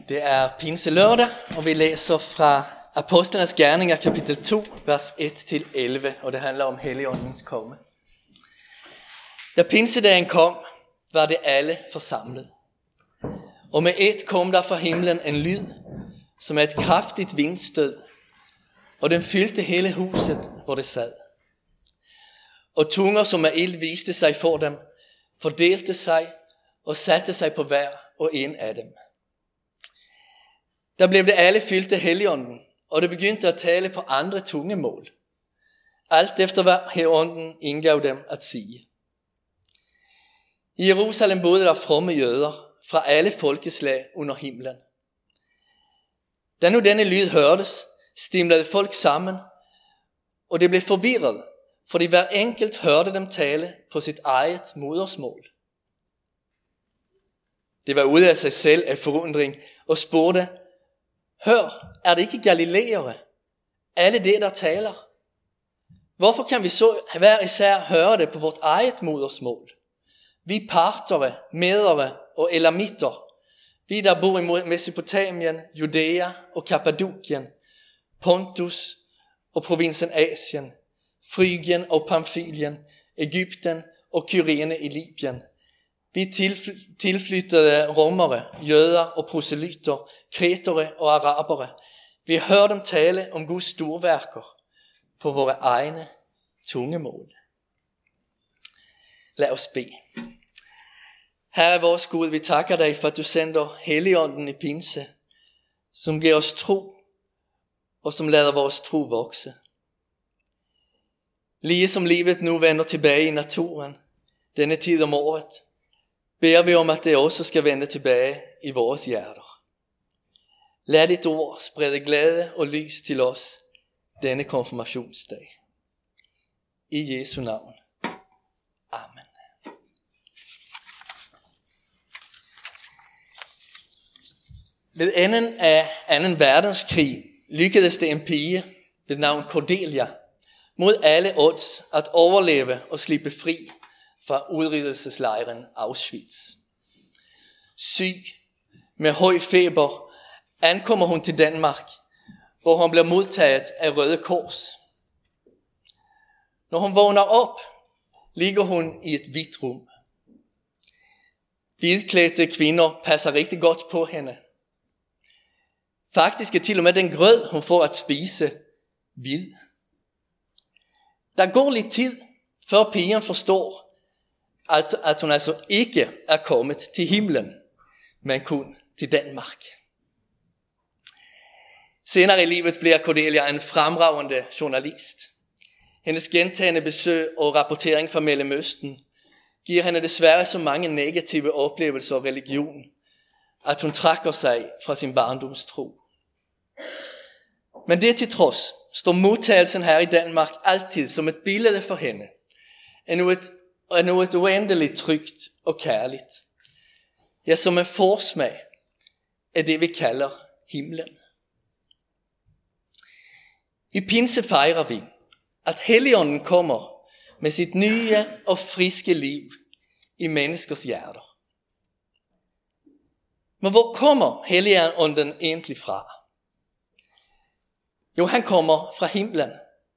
Det er pinselørdag, og vi læser fra Apostlenes Gerninger, kapitel 2, vers 1-11, og det handler om Helligåndens komme. Da pinsedagen kom, var det alle forsamlet. Og med et kom der fra himlen en lyd, som et kraftigt vindstød, og den fyldte hele huset, hvor det sad. Og tunger som af ild viste sig for dem, fordelte sig og satte sig på hver og en af dem. Der blev det alle fyldt af Helligånden, og det begyndte at tale på andre tungemål, alt efter hvad Helligånden indgav dem at sige. I Jerusalem boede der fromme jøder fra alle folkeslag under himlen. Da nu denne lyd hørtes, stimlede folk sammen, og det blev forvirret, fordi hver enkelt hørte dem tale på sit eget modersmål. Det var ude af sig selv af forundring og spurgte: Hør, er det ikke galilæere, alle det der taler? Hvorfor kan vi så hver især høre det på vort eget modersmål? Vi partere, medere og elamitter, vi der bor i Mesopotamien, Judæa og Kappadokien, Pontus og provinsen Asien, Frygien og Pamfylien, Egypten og Kyrene i Libyen. Vi tilflyttede romere, jøder og proselytter, kretere og arabere. Vi hørte dem tale om Guds storværker på vores egne tungemål. Lad os bede. Herre vores Gud, vi takker dig for, at du sender Helligånden i pinse, som giver os tro, og som lader vores tro vokse. Lige som livet nu vender tilbage i naturen, denne tid om året, beder vi om, at det også skal vende tilbage i vores hjerter. Lad dit ord sprede glæde og lys til os denne konfirmationsdag. I Jesu navn. Amen. Ved enden af 2. verdenskrig lykkedes det en pige ved navn Cordelia mod alle odds at overleve og slippe fri fra udryddelseslejren Auschwitz. Syg med høj feber ankommer hun til Danmark, hvor hun bliver modtaget af Røde Kors. Når hun vågner op, ligger hun i et hvidt rum. Hvidklædte kvinder passer rigtig godt på hende. Faktisk er til og med den grød, hun får at spise, hvid. Der går lidt tid, før pigen forstår, at hun altså ikke er kommet til himlen, men kun til Danmark. Senere i livet bliver Cordelia en fremragende journalist. Hendes gentagne besøg og rapportering fra Mellemøsten giver hende desværre så mange negative oplevelser af religion, at hun trækker sig fra sin barndomstro. Men det til trods står modtagelsen her i Danmark altid som et billede for hende af noget uendeligt trygt og kærligt. Ja, som en forsmag af det vi kalder himlen. I pinse fejrer vi, at Helligånden kommer med sit nye og friske liv i menneskers hjerter. Men hvor kommer Helligånden egentlig fra? Jo, han kommer fra himlen.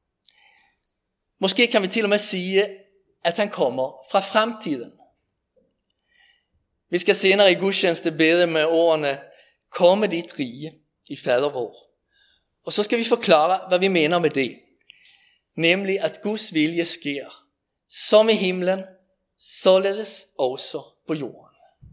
Måske kan vi til og med sige, at han kommer fra fremtiden. Vi skal senere i gudstjeneste bede med ordene: Komme dit rige i fader vor. Og så skal vi forklare, hvad vi mener med det. Nemlig at Guds vilje sker, som i himlen, således også på jorden.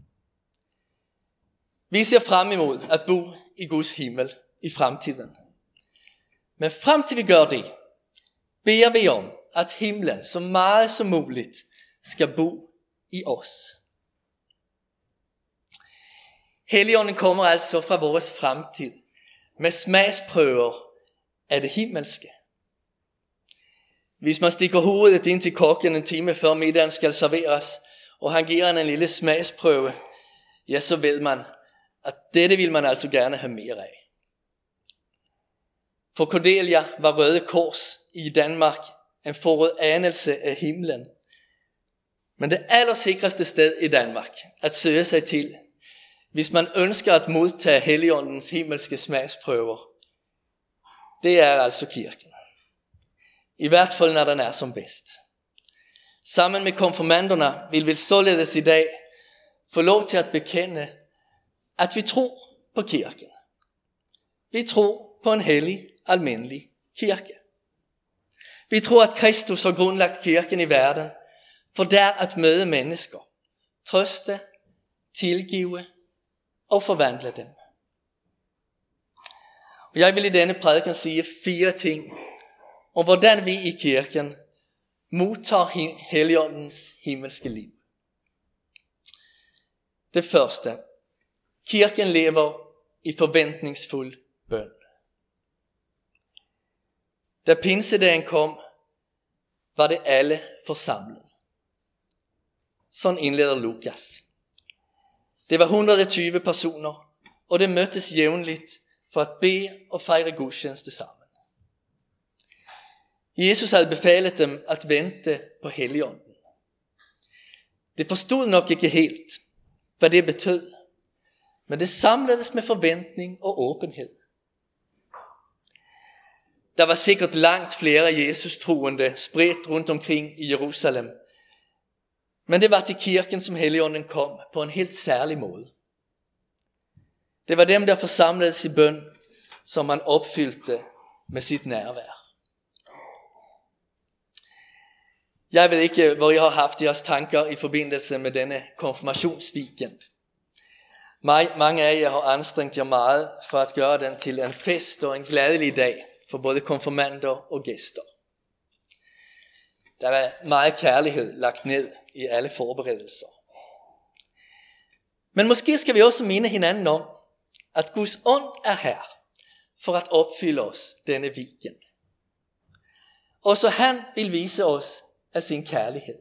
Vi ser frem imod at bo i Guds himmel i fremtiden. Men frem til vi gør det, beder vi om, at himlen så meget som muligt skal bo i os. Helligånden kommer altså fra vores fremtid med smagsprøver af det himmelske. Hvis man stikker hovedet ind til kokken en time før middagen skal serveres, og han giver en lille smagsprøve, ja, så ved man, at dette vil man altså gerne have mere af. For Cordelia var Røde Kors i Danmark en forudanelse af himlen. Men det allersikreste sted i Danmark at søge sig til hvis man ønsker at modtage Helligåndens himmelske smagsprøver, det er altså kirken. I hvert fald når den er som bedst. Sammen med konfirmanderne vil vi således i dag få lov til at bekende, at vi tror på kirken. Vi tror på en hellig, almindelig kirke. Vi tror, at Kristus har grundlagt kirken i verden, for der at møde mennesker, trøste, tilgive og forvandle dem. Og jeg vil i denne prædiken sige 4 ting om hvordan vi i kirken modtager Helligåndens himmelske liv. Det første. Kirken lever i forventningsfuld bøn. Da pinsedagen kom, var det alle forsamlet. Sådan indleder Lukas. Det var 120 personer, og det mødtes jævnligt for at bede og fejre gudstjeneste sammen. Jesus havde befalet dem at vente på Helligånden. Det forstod nok ikke helt, hvad det betød, men det samledes med forventning og åbenhed. Der var sikkert langt flere Jesus-troende spredt rundt omkring i Jerusalem, men det var til kirken, som Helligånden kom på en helt særlig måde. Det var dem, der forsamledes i bøn, som man opfyldte med sit nærvær. Jeg ved ikke, hvor I har haft jeres tanker i forbindelse med denne konfirmationsweekend. Mange af jer har anstrengt jer meget for at gøre den til en fest og en glædelig dag for både konfirmander og gæster. Der er meget kærlighed lagt ned i alle forberedelser. Men måske skal vi også minde hinanden om, at Guds ånd er her for at opfylde os denne weekend. Også han vil vise os af sin kærlighed.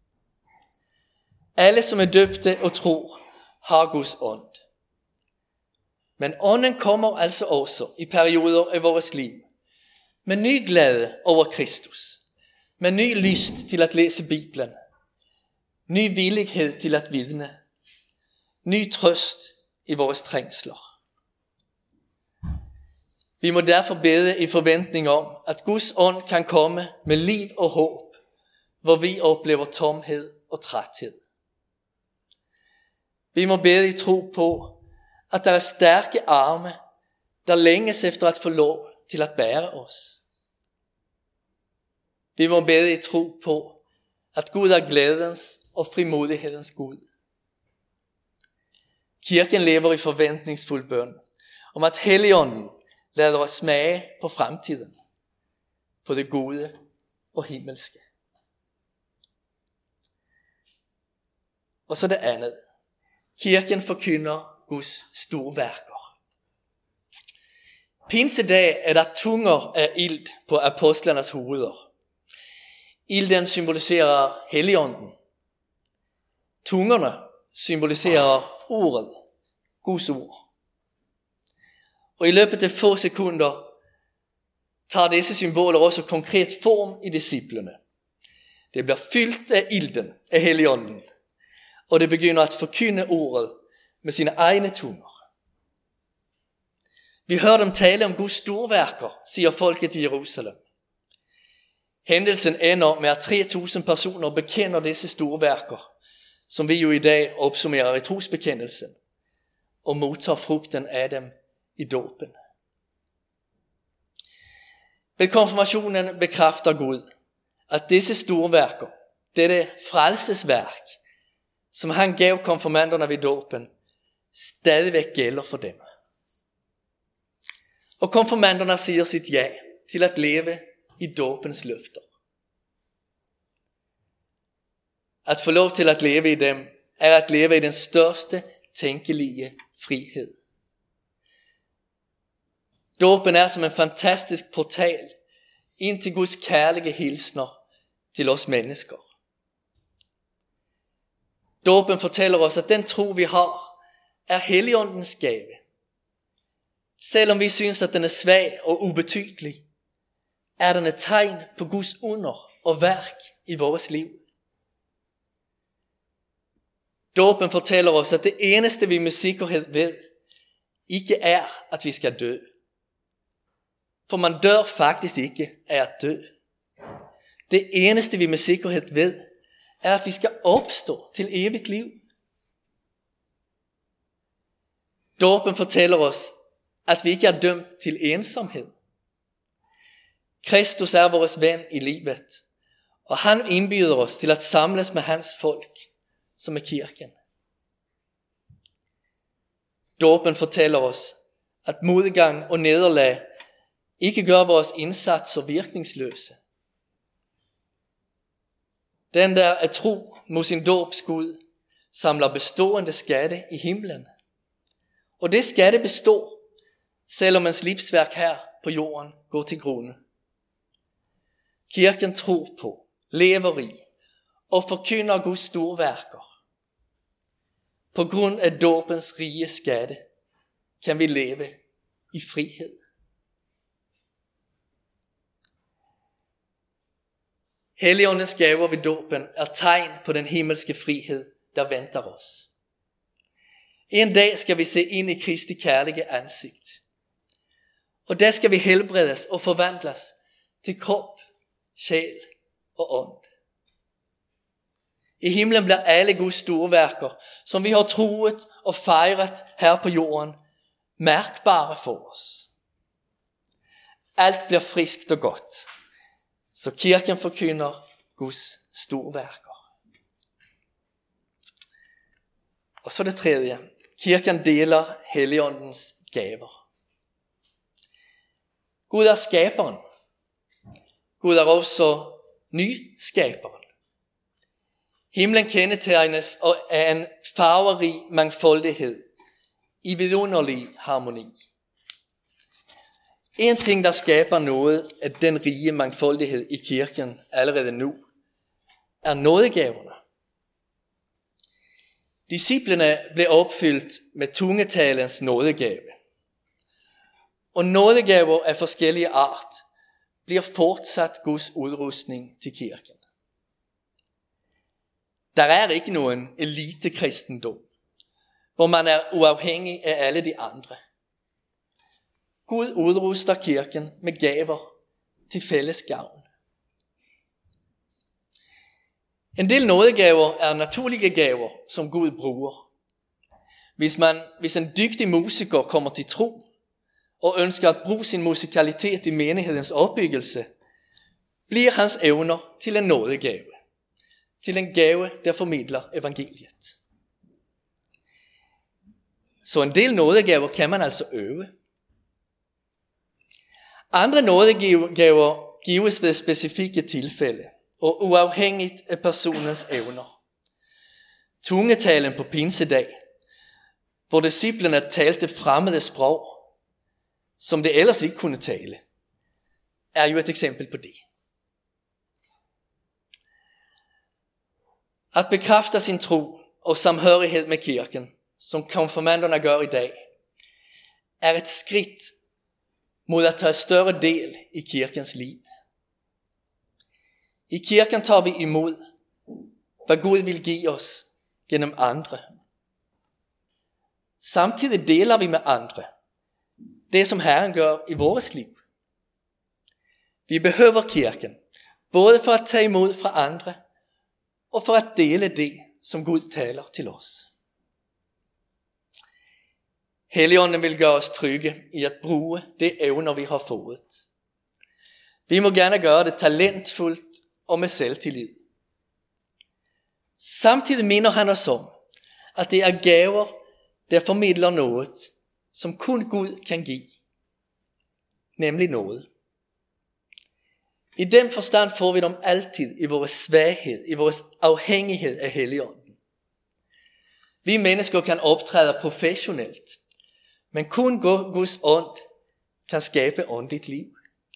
Alle som er døbte og tror har Guds ånd. Men ånden kommer altså også i perioder af vores liv med ny glæde over Kristus, med ny lyst til at læse Bibelen, ny villighed til at vidne, ny trøst i vores trængsler. Vi må derfor bede i forventning om, at Guds ånd kan komme med liv og håb, hvor vi oplever tomhed og træthed. Vi må bede i tro på, at der er stærke arme, der længes efter at få lov til at bære os. Vi må bede i tro på, at Gud er glædens og frimodighedens Gud. Kirken lever i forventningsfuld bøn, om at Helligånden lader os smage på fremtiden, på det gode og himmelske. Og så det andet. Kirken forkynder Guds storværker. Pinsedag er der tunger af ild på apostlernes hoveder. Ilden symboliserer Helligånden. Tungerne symboliserer ordet, Guds ord. Og i løbet af få sekunder tager disse symboler også konkret form i disciplene. Det bliver fyldt af ilden af Helligånden, og det begynder at forkynde ordet med sine egne tunger. Vi hører dem tale om Guds storværker, siger folket i Jerusalem. Hændelsen ender med, at 3.000 personer bekender disse storværker, som vi jo i dag opsummerer i trosbekendelsen, og modtager frugten af dem i dåben. Ved konfirmationen bekræfter Gud, at disse storværker, dette frelsesværk, som han gav konfirmanderne ved dåben, stadigvæk gælder for dem. Og konfirmanderne siger sit ja til at leve i dåbens løfter. At få lov til at leve i dem, er at leve i den største tænkelige frihed. Dåben er som en fantastisk portal ind til Guds kærlige hilsner til os mennesker. Dåben fortæller os, at den tro vi har, er Helligåndens gave. Selvom vi synes, at den er svag og ubetydelig, er den et tegn på Guds under og værk i vores liv. Dåben fortæller os, at det eneste vi med sikkerhed ved, ikke er, at vi skal dø. For man dør faktisk ikke af at dø. Det eneste vi med sikkerhed ved, er at vi skal opstå til evigt liv. Dåben fortæller os, at vi ikke er dømt til ensomhed. Kristus er vores ven i livet, og han indbyder os til at samles med hans folk, som er kirken. Dåben fortæller os, at modgang og nederlag ikke gør vores indsatser virkningsløse. Den der er tro mod sin dåbsgud, samler bestående skatte i himlen. Og det skatte består, selvom ens livsværk her på jorden går til grunde. Kirken tror på, lever i og forkynder Guds storværker. På grund af dåbens rige skatte kan vi leve i frihed. Helligåndens gaver ved dåben er tegn på den himmelske frihed, der venter os. En dag skal vi se ind i Kristi kærlige ansigt. Og der skal vi helbredes og forvandles til krop, sjæl og ånd. I himlen bliver alle Guds store værker, som vi har troet og fejret her på jorden, mærkbare for os. Alt bliver friskt og godt, så kirken forkynder Guds store værker. Og så det tredje. Kirken deler Helligåndens gaver. Gud er skaberen. Gud er også nyskaberen. Himlen kendetegnes af en farverig mangfoldighed i vidunderlig harmoni. En ting, der skaber noget af den rige mangfoldighed i kirken allerede nu, er nådegaverne. Disciplene blev opfyldt med tungetalens nådegave. Og nådegaver af forskellige art bliver fortsat Guds udrustning til kirken. Der er ikke nogen elitekristendom, hvor man er uafhængig af alle de andre. Gud udruster kirken med gaver til fælles gavn. En del nådegaver er naturlige gaver, som Gud bruger. Hvis en dygtig musiker kommer til tro og ønsker at bruge sin musikalitet i menighedens opbyggelse, bliver hans evner til en nådegave. Til en gave, der formidler evangeliet. Så en del nådegaver kan man altså øve. Andre nådegaver gives ved specifikke tilfælde og uafhængigt af personens evner. Tungetalen på pinsedag, hvor disciplene talte fremmede sprog, som det ellers ikke kunne tale, er jo et eksempel på det. At bekræfte sin tro og samhørighed med kirken, som konfirmanderne gør i dag, er et skridt mod at tage større del i kirkens liv. I kirken tager vi imod, hvad Gud vil give os gennem andre. Samtidig deler vi med andre det, som Herren gør i vores liv. Vi behøver kirken, både for at tage imod fra andre, og for at dele det, som Gud taler til os. Helligånden vil gøre os trygge i at bruge det evner, vi har fået. Vi må gerne gøre det talentfuldt og med selvtillid. Samtidig minder han os om, at det er gaver, der formidler noget, som kun Gud kan give. Nemlig noget. I den forstand får vi dem altid i vores svaghed, i vores afhængighed af Helligånden. Vi mennesker kan optræde professionelt, men kun Guds ånd kan skabe åndeligt liv.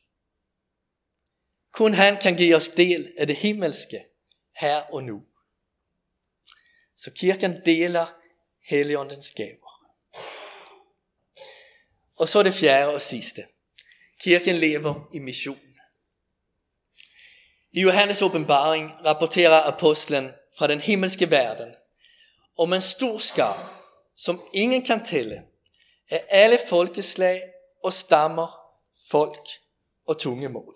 Kun han kan give os del af det himmelske her og nu. Så kirken deler Helligåndens gaver. Og så det fjerde og sidste. Kirken lever i mission. I Johannes åbenbaring rapporterer apostlen fra den himmelske verden om en stor skare, som ingen kan tælle, af alle folkeslag og stammer, folk og tungemål.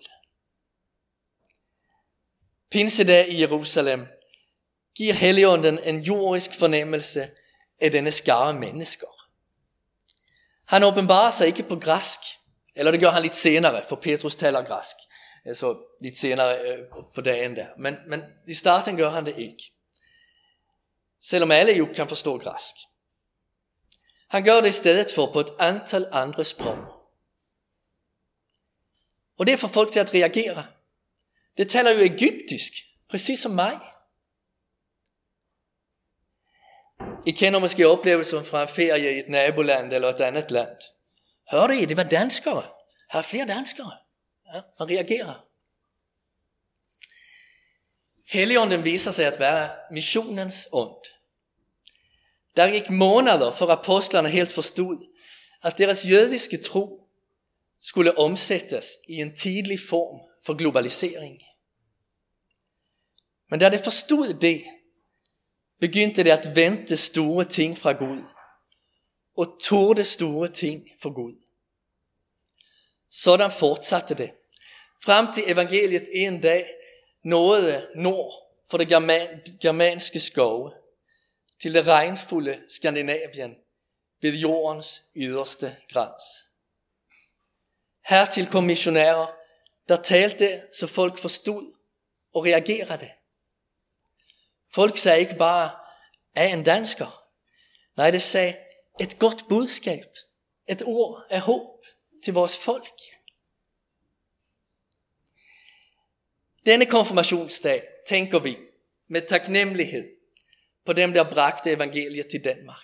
Pinsedag i Jerusalem giver Helligånden en jordisk fornemmelse af denne skare mennesker. Han åbenbarer sig ikke på græsk, eller det gør han lidt senere, for Petrus taler græsk, altså lidt senere på dagen der. Men i starten gør han det ikke, selvom alle jo kan forstå græsk. Han gør det i stedet for på et antal andre sprog. Og det får folk til at reagere. Det taler jo egyptisk, præcis som mig. I kender måske oplevelsen fra en ferie i et naboland eller et andet land. Hørte I, det var danskere. Her er flere danskere. Ja, man reagerer. Helligånden viser sig at være missionens ånd. Der gik måneder, for apostlerne helt forstod, at deres jødiske tro skulle omsættes i en tidlig form for globalisering. Men da de forstod det, begyndte de at vente store ting fra Gud, og torde store ting for Gud. Sådan fortsatte det, frem til evangeliet en dag nåede nord for det germanske skove, til det regnfulde Skandinavien ved jordens yderste græns. Hertil kom missionærer, der talte, så folk forstod og reagerede. Folk sagde ikke bare, er en dansker? Nej, det sagde et godt budskab, et ord af håb til vores folk. Denne konfirmationsdag tænker vi med taknemmelighed på dem, der bragte evangeliet til Danmark.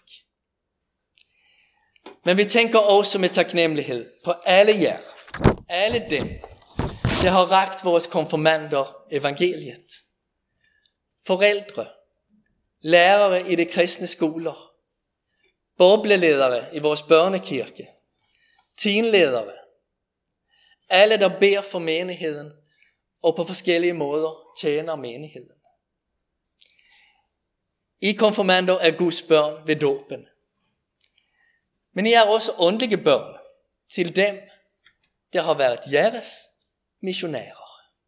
Men vi tænker også med taknemmelighed på alle jer, alle dem, der har rakt vores konfirmander evangeliet. Forældre, lærere i de kristne skoler, bobleledere i vores børnekirke, teenledere, alle der beder for menigheden og på forskellige måder tjener menigheden. I konfirmander er Guds børn ved dåben. Men I er også åndelige børn til dem, der har været jeres missionærer.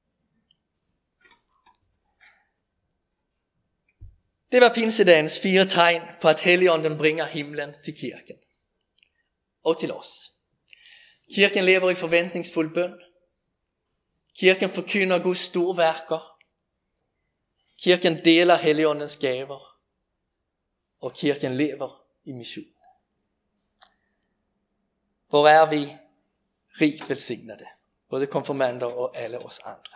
Det var pinsedagens 4 tegn på, at Helligånden bringer himlen til kirken og til os. Kirken lever i forventningsfuld bøn. Kirken forkynder Guds store værker. Kirken deler Helligåndens gaver. Og kirken lever i mission. Hvor er vi rigt velsignede, både konfirmander og alle os andre.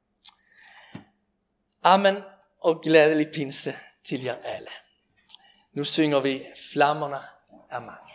Amen og glædelig pinse til jer alle. Nu synger vi Flammerne er mange.